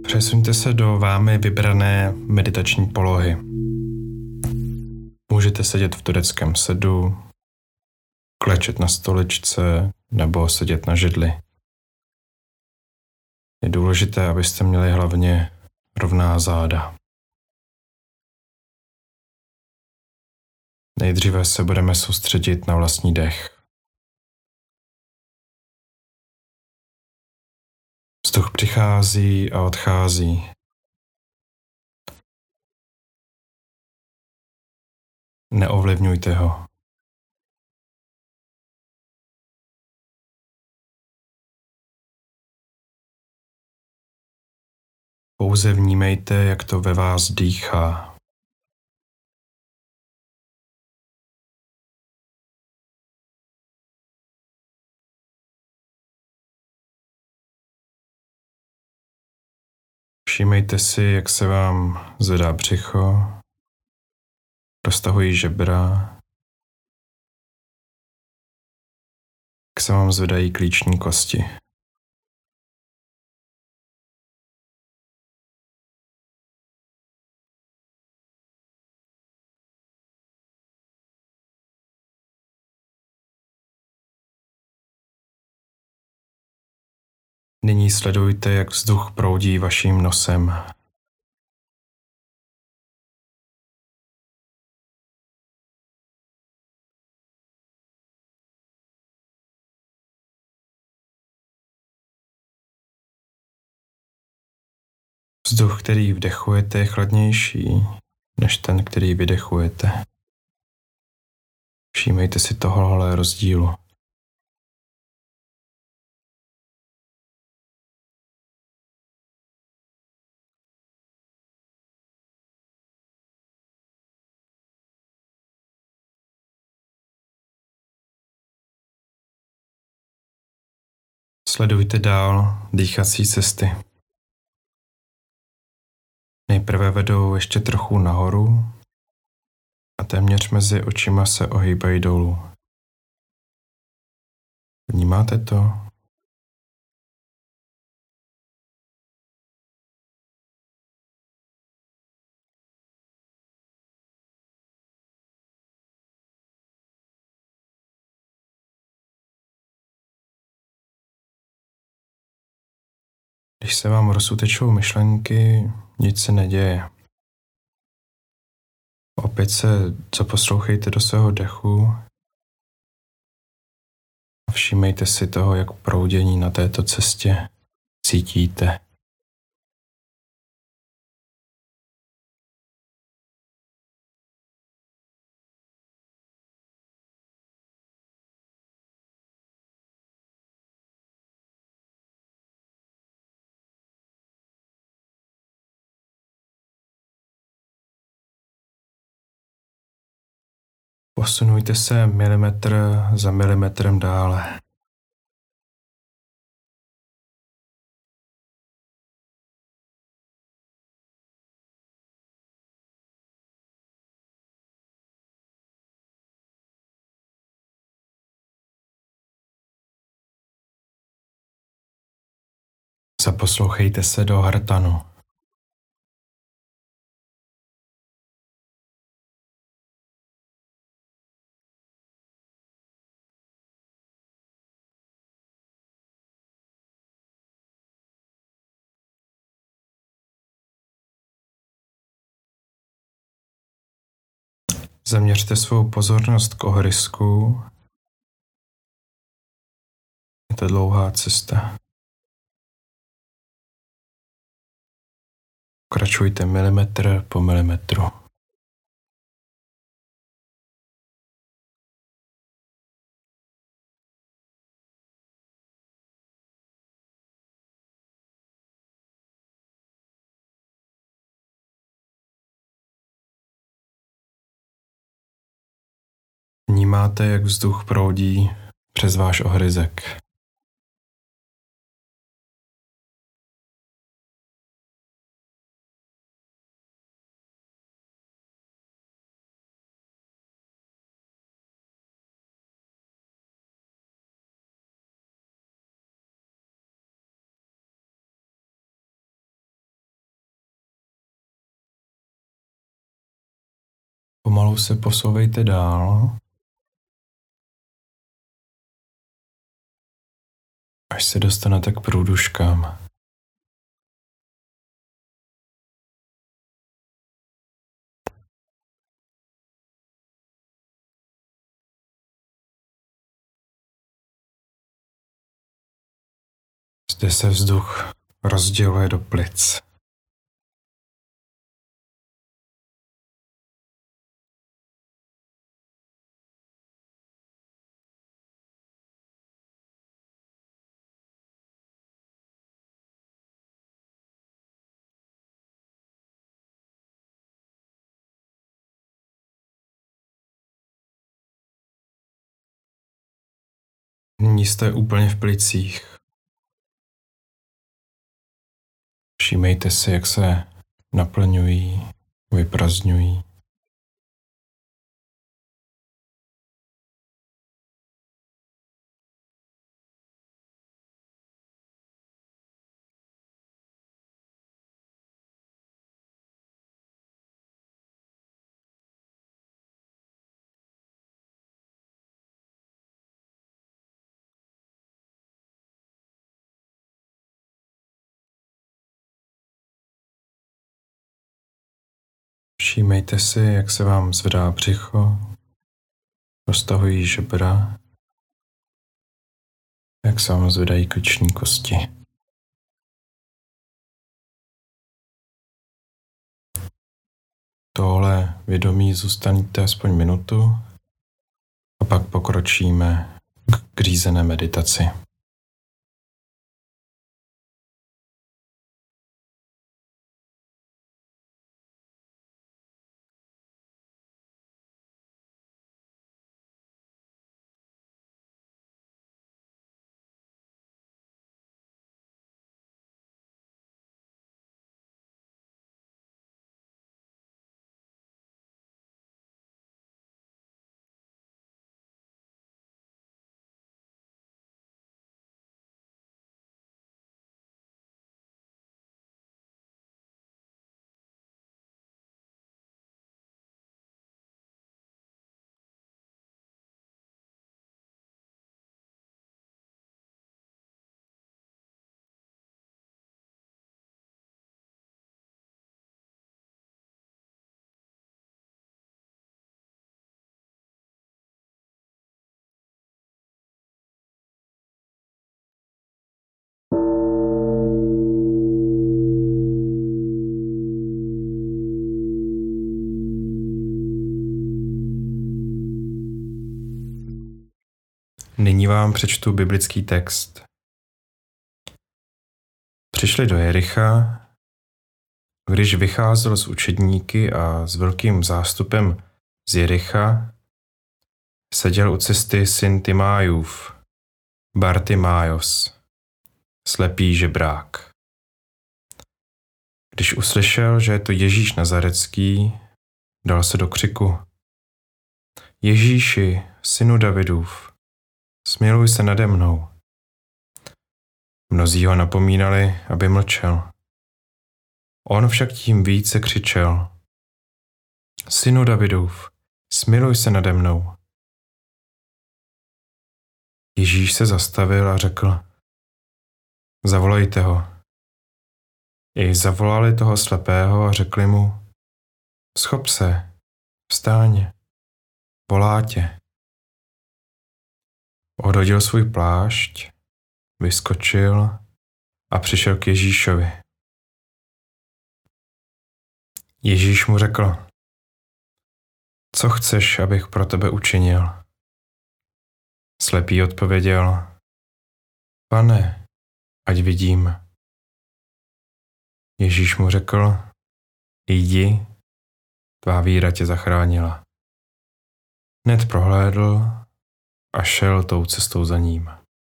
Přesuňte se do vámi vybrané meditační polohy. Můžete sedět v tureckém sedu, klečet na stoličce nebo sedět na židli. Je důležité, abyste měli hlavně rovná záda. Nejdříve se budeme soustředit na vlastní dech. Vzduch přichází a odchází. Neovlivňujte ho. Pouze vnímejte, jak to ve vás dýchá. Všímejte si, jak se vám zvedá břicho, roztahují žebra, jak se vám zvedají klíční kosti. Nyní sledujte, jak vzduch proudí vaším nosem. Vzduch, který vdechujete, je chladnější než ten, který vydechujete. Všímejte si tohohle rozdílu. Sledujte dál dýchací cesty. Nejprve vedou ještě trochu nahoru a téměř mezi očima se ohýbají dolů. Vnímáte to? Když se vám rozutečou myšlenky, nic se neděje. Opět se zaposlouchejte do svého dechu a všímejte si toho, jak proudění na této cestě cítíte. Posunujte se milimetr za milimetrem dále. Zaposlouchejte se do hrtanu. Zaměřte svou pozornost k ohryzku. Je to dlouhá cesta. Pokračujte milimetr po milimetru. Vnímáte, jak vzduch proudí přes váš ohryzek. pomalu se posouvejte dál, až se dostanete k průduškám. Zde se vzduch rozděluje do plic. Nyní jste úplně v plicích. Všímejte si, jak se naplňují, vyprazdňují. Všímejte si, jak se vám zvedá břicho, roztahují žebra, jak se vám zvedají klíční kosti. Tohle vědomí zůstaňte aspoň minutu a pak pokročíme k řízené meditaci. Nyní vám přečtu biblický text. Přišli do Jericha, když vycházel s učedníky a s velkým zástupem z Jericha, seděl u cesty syn Timájův, Bartimájos, slepý žebrák. Když uslyšel, že je to Ježíš Nazarecký, dal se do křiku: Ježíši, synu Davidův, smiluj se nade mnou. Mnozí ho napomínali, aby mlčel. On však tím více křičel: Synu Davidův, smiluj se nade mnou. Ježíš se zastavil a řekl: Zavolejte ho. I zavolali toho slepého a řekli mu: Schop se, vstáň, volá tě. Odhodil svůj plášť, vyskočil a přišel k Ježíšovi. Ježíš mu řekl: Co chceš, abych pro tebe učinil? Slepý odpověděl: Pane, ať vidím. Ježíš mu řekl: Jdi, tvá víra tě zachránila. Hned prohlédl a šel tou cestou za ním.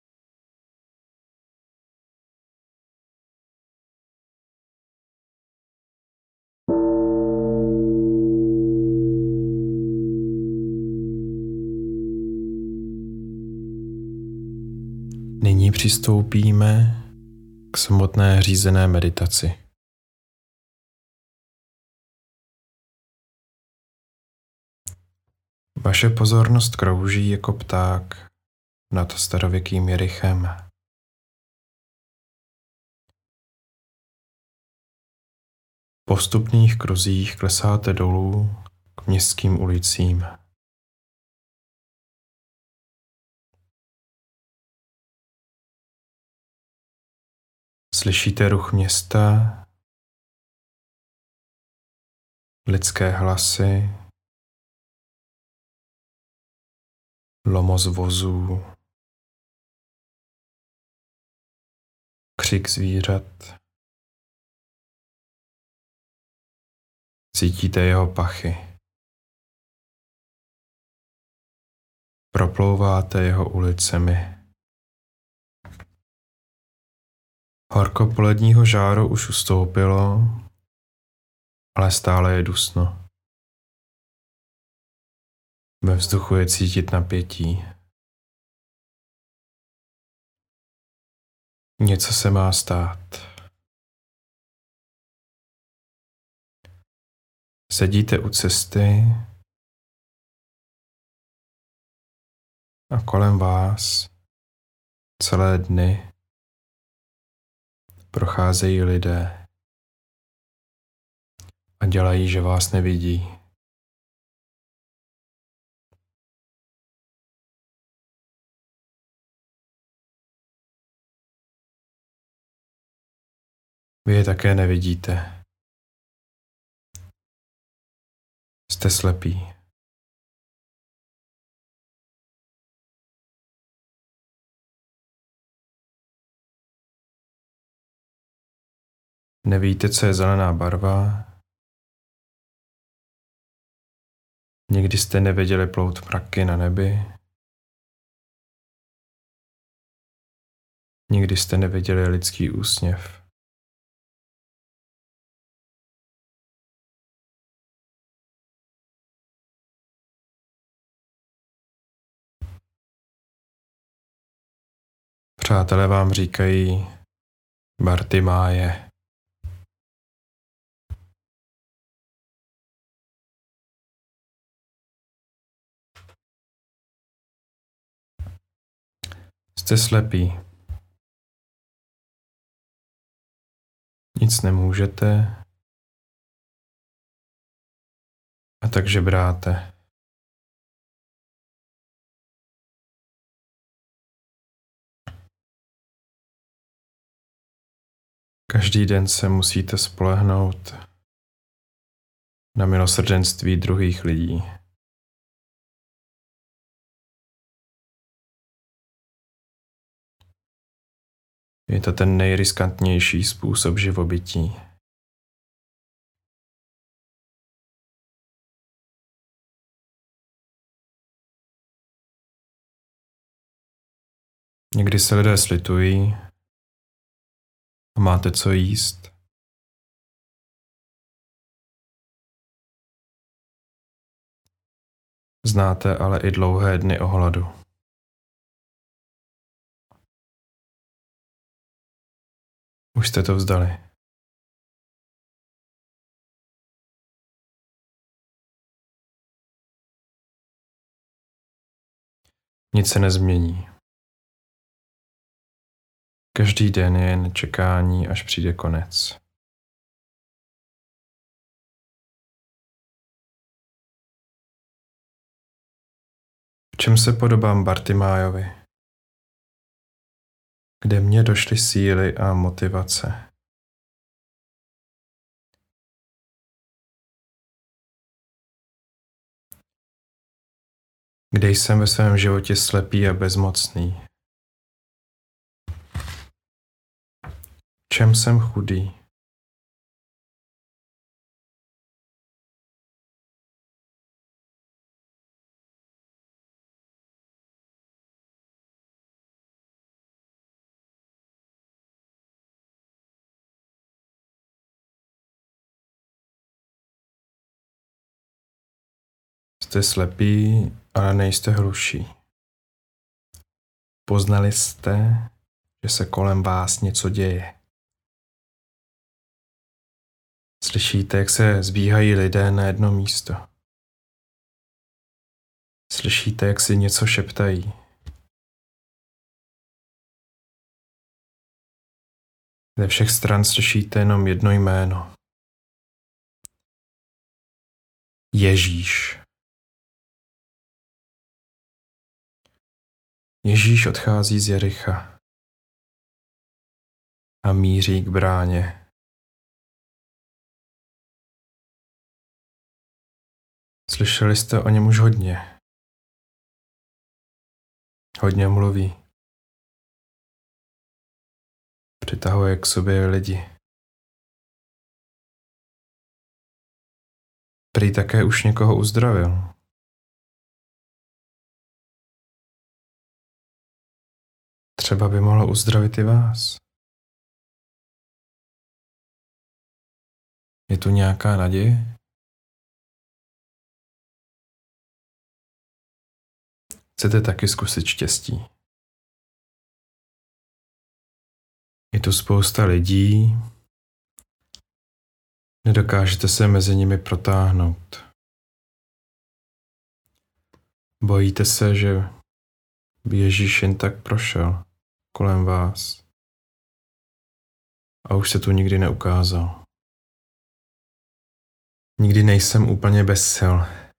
Nyní přistoupíme k samotné řízené meditaci. Vaše pozornost krouží jako pták nad starověkým Jerichem. V postupných kruzích klesáte dolů k městským ulicím. Slyšíte ruch města, lidské hlasy, lomos vozů, křik zvířat. Cítíte jeho pachy. Proplouváte jeho ulicemi. Horko poledního žáru už ustoupilo, ale stále je dusno. Ve vzduchu je cítit napětí. Něco se má stát. Sedíte u cesty a kolem vás celé dny procházejí lidé a dělají, že vás nevidí. Vy je také nevidíte. Jste slepí. Nevíte, co je zelená barva. Nikdy jste neviděli plout mraky na nebi. Nikdy jste neviděli lidský úsměv. Přátelé vám říkají Bartimáje. Jste slepí. Nic nemůžete a tak žebráte. Každý den se musíte spolehnout na milosrdenství druhých lidí. Je to ten nejriskantnější způsob živobytí. Někdy se lidé slitují a máte co jíst. Znáte ale i dlouhé dny o hladu. Už jste to vzdali. Nic se nezmění. Každý den je jen čekání, až přijde konec. V čem se podobám Bartimájovi? Kde mně došly síly a motivace? Kde jsem ve svém životě slepý a bezmocný? V čem jsem chudý? Jste slepí, ale nejste hluší. Poznali jste, že se kolem vás něco děje. Slyšíte, jak se zbíhají lidé na jedno místo. Slyšíte, jak si něco šeptají. Ze všech stran slyšíte jenom jedno jméno. Ježíš. Ježíš odchází z Jericha a míří k bráně. Slyšeli jste o něm už hodně. Hodně mluví. Přitahuje k sobě lidi. Prý také už někoho uzdravil. Třeba by mohl uzdravit i vás. Je tu nějaká naděje? Chcete taky zkusit štěstí? Je tu spousta lidí, nedokážete se mezi nimi protáhnout. Bojíte se, že by Ježíš jen tak prošel kolem vás a už se tu nikdy neukázal. Nikdy nejsem úplně bez sil.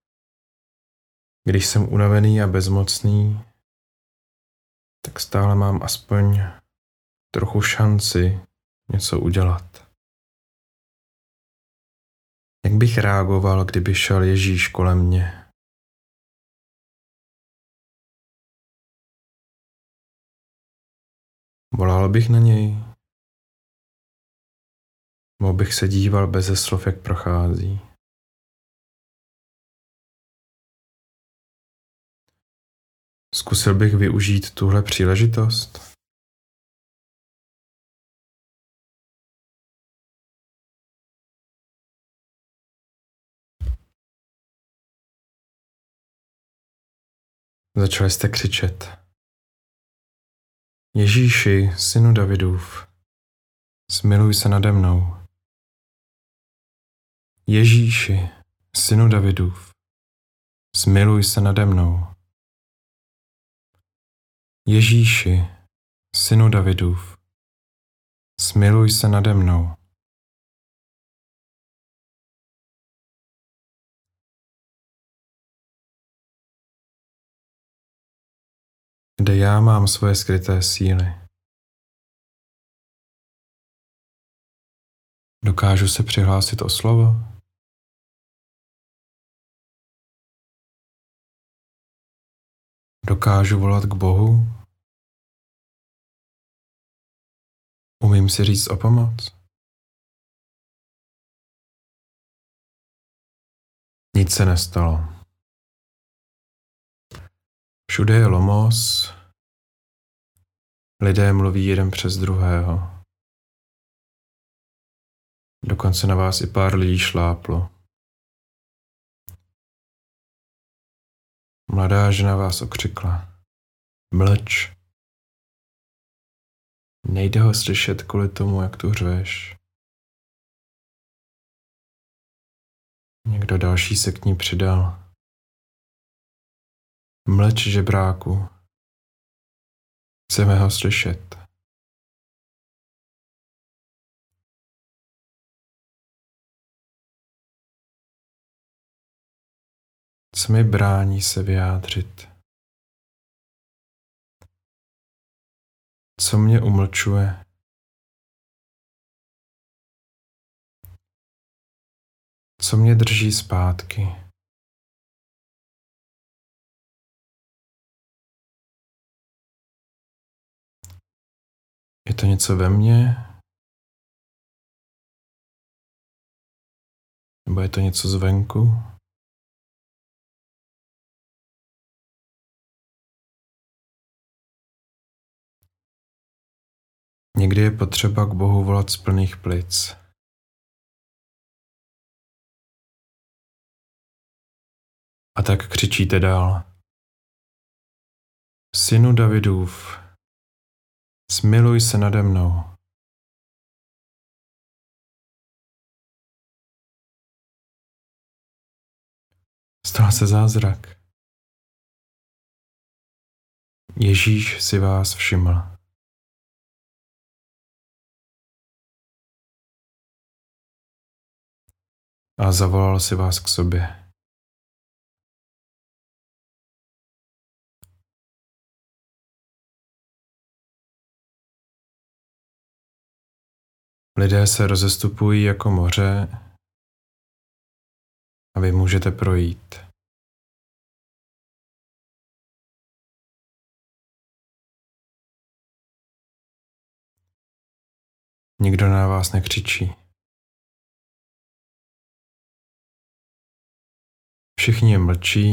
Když jsem unavený a bezmocný, tak stále mám aspoň trochu šanci něco udělat. Jak bych reagoval, kdyby šel Ježíš kolem mě? Volal bych na něj? Nebo bych se díval beze slov, jak prochází? Zkusil bych využít tuhle příležitost? Začali jste křičet. Ježíši, synu Davidův, smiluj se nade mnou. Ježíši, synu Davidův, smiluj se nade mnou. Ježíši, synu Davidův, smiluj se nade mnou. Kde já mám svoje skryté síly. Dokážu se přihlásit o slovo? Dokážu volat k Bohu? Umím si říct o pomoc? Nic se nestalo. Všude je lomos, lidé mluví jeden přes druhého. Dokonce na vás i pár lidí šláplo. Mladá žena vás okřikla. Mlč. Nejde ho slyšet kvůli tomu, jak tu řveš. Někdo další se k ní přidal. Mlč, žebráku. Chceme ho slyšet. Co mi brání se vyjádřit? Co mě umlčuje? Co mě drží zpátky? Je to něco ve mně? Nebo je to něco zvenku? Někdy je potřeba k Bohu volat z plných plic. A tak křičíte dál. Synu Davidův, smiluj se nade mnou. Stal se zázrak. Ježíš si vás všiml. A zavolal si vás k sobě. Lidé se rozestupují jako moře a vy můžete projít. Nikdo na vás nekřičí. Všichni mlčí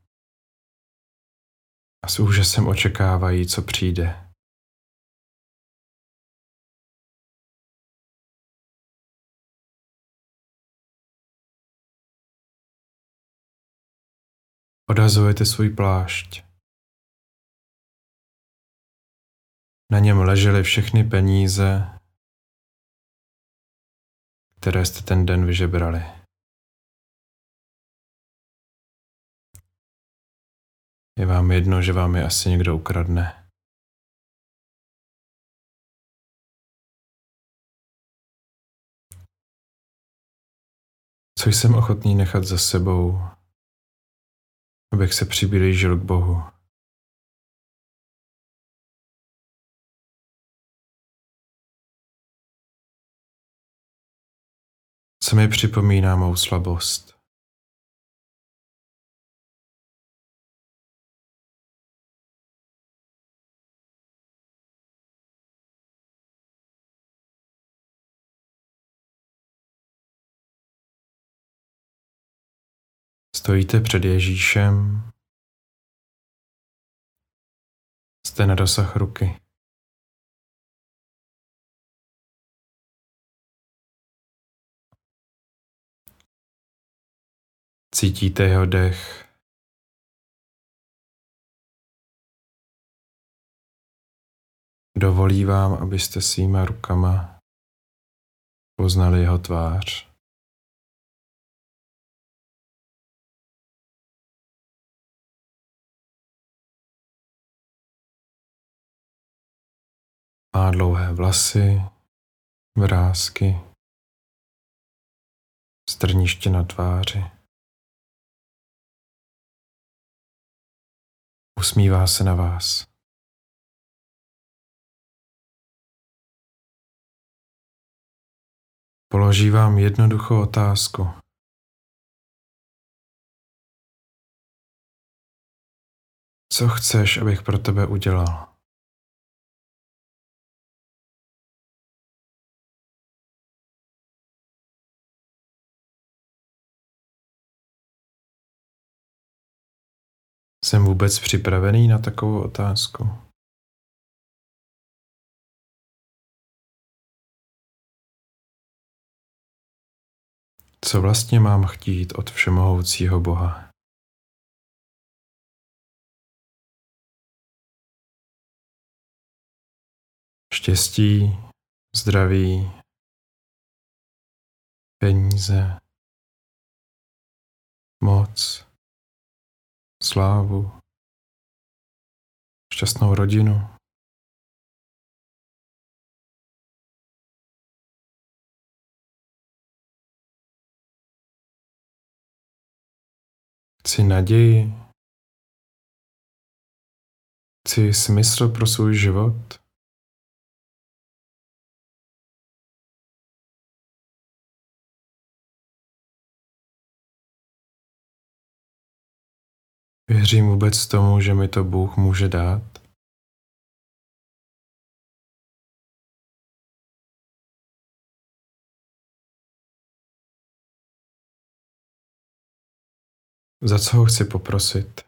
a s úžasem očekávají, co přijde. Odhazujete svůj plášť. Na něm ležely všechny peníze, které jste ten den vyžebrali. Je vám jedno, že vám je asi někdo ukradne. Co jsem ochotný nechat za sebou, abych se přiblížil k Bohu. Co mi připomíná mou slabost. Stojíte před Ježíšem, jste na dosah ruky. Cítíte jeho dech. Dovolí vám, abyste svýma rukama poznali jeho tvář. Má dlouhé vlasy, vrásky, strniště na tváři. Usmívá se na vás. Položí vám jednoduchou otázku. Co chceš, abych pro tebe udělal? Jsem vůbec připravený na takovou otázku? Co vlastně mám chtít od všemohoucího Boha? Štěstí, zdraví, peníze, moc, slávu, šťastnou rodinu. Chci naději, chci smysl pro svůj život. Věřím vůbec tomu, že mi to Bůh může dát. Za co ho chci poprosit?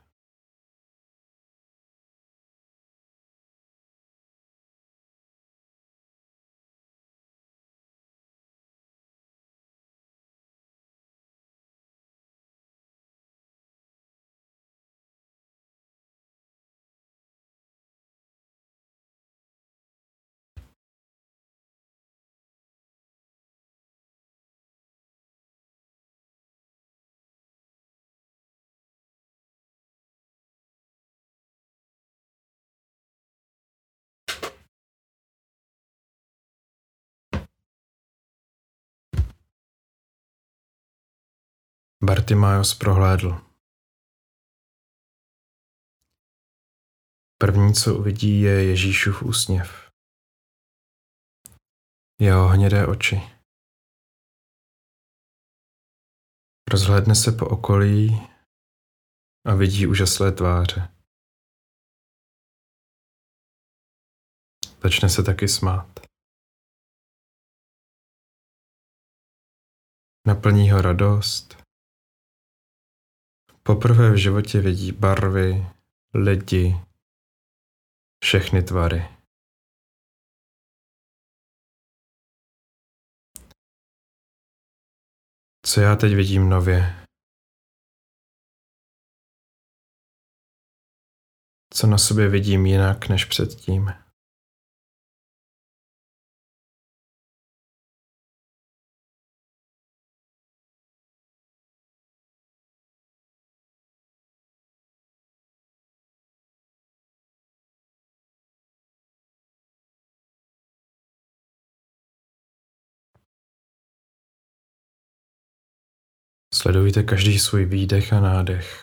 Bartimájos prohlédl. První, co uvidí, je Ježíšův úsměv. Jeho hnědé oči. Rozhlédne se po okolí a vidí úžaslé tváře. Začne se taky smát. Naplní ho radost. Poprvé v životě vidí barvy, lidi, všechny tvary. Co já teď vidím nově? Co na sobě vidím jinak než předtím? Sledujte každý svůj výdech a nádech.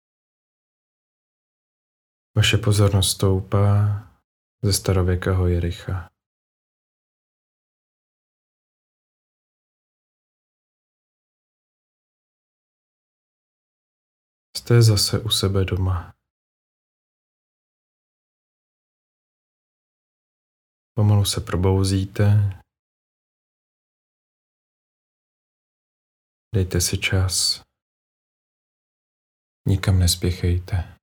Vaše pozornost stoupá ze starověkého Jericha. Jste zase u sebe doma. Pomalu se probouzíte. Dejte si čas. Nikam nespěchejte.